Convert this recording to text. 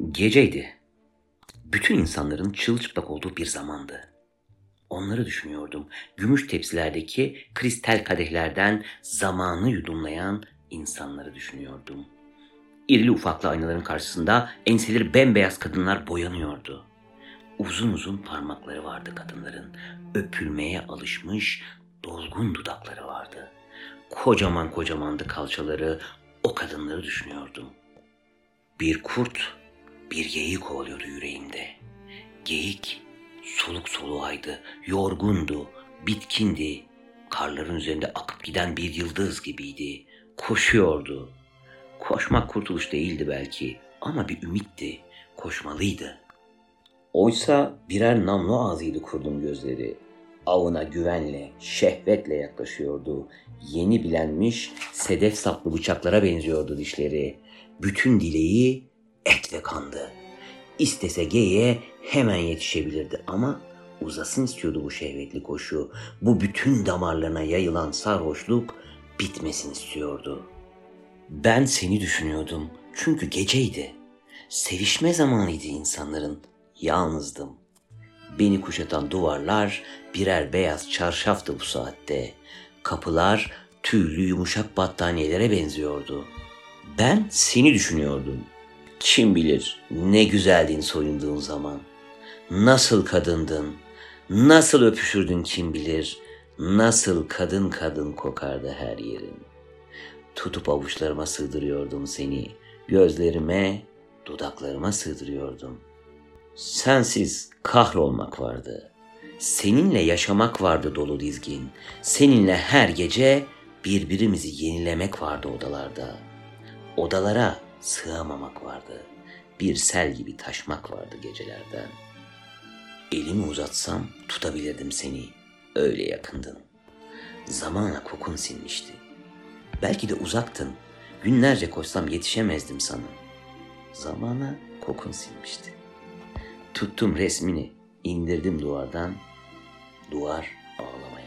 Geceydi. Bütün insanların çırılçıplak olduğu bir zamandı. Onları düşünüyordum. Gümüş tepsilerdeki kristal kadehlerden zamanı yudumlayan insanları düşünüyordum. İrili ufaklı aynaların karşısında enseleri bembeyaz kadınlar boyanıyordu. Uzun uzun parmakları vardı kadınların. Öpülmeye alışmış dolgun dudakları vardı. Kocaman kocamandı kalçaları. O kadınları düşünüyordum. Bir kurt bir geyiği kovalıyordu yüreğimde. Geyik soluk soluğaydı, yorgundu, bitkindi. Karların üzerinde akıp giden bir yıldız gibiydi. Koşuyordu. Koşmak kurtuluş değildi belki ama bir ümitti. Koşmalıydı. Oysa birer namlu ağzıydı kurdun gözleri. Avına güvenle, şehvetle yaklaşıyordu. Yeni bilenmiş sedef saplı bıçaklara benziyordu dişleri. Bütün dileği et ve kandı. İstese geyiğe hemen yetişebilirdi ama uzasın istiyordu bu şehvetli koşu. Bu bütün damarlarına yayılan sarhoşluk bitmesin istiyordu. Ben seni düşünüyordum çünkü geceydi. Sevişme zamanıydı insanların. Yalnızdım. Beni kuşatan duvarlar birer beyaz çarşaftı bu saatte. Kapılar tüylü yumuşak battaniyelere benziyordu. Ben seni düşünüyordum. Kim bilir ne güzeldin soyunduğun zaman. Nasıl kadındın, nasıl öpüşürdün kim bilir. Nasıl kadın kadın kokardı her yerin. Tutup avuçlarıma sığdırıyordum seni. Gözlerime, dudaklarıma sığdırıyordum. Sensiz kahrolmak vardı. Seninle yaşamak vardı dolu dizgin. Seninle her gece birbirimizi yenilemek vardı odalarda. Odalara sığamamak vardı. Bir sel gibi taşmak vardı gecelerden. Elimi uzatsam tutabilirdim seni. Öyle yakındın. Zamanla kokun sinmişti. Belki de uzaktın. Günlerce koşsam yetişemezdim sana. Zamana kokun silmişti. Tuttum resmini, indirdim duvardan. Duvar ağlamaya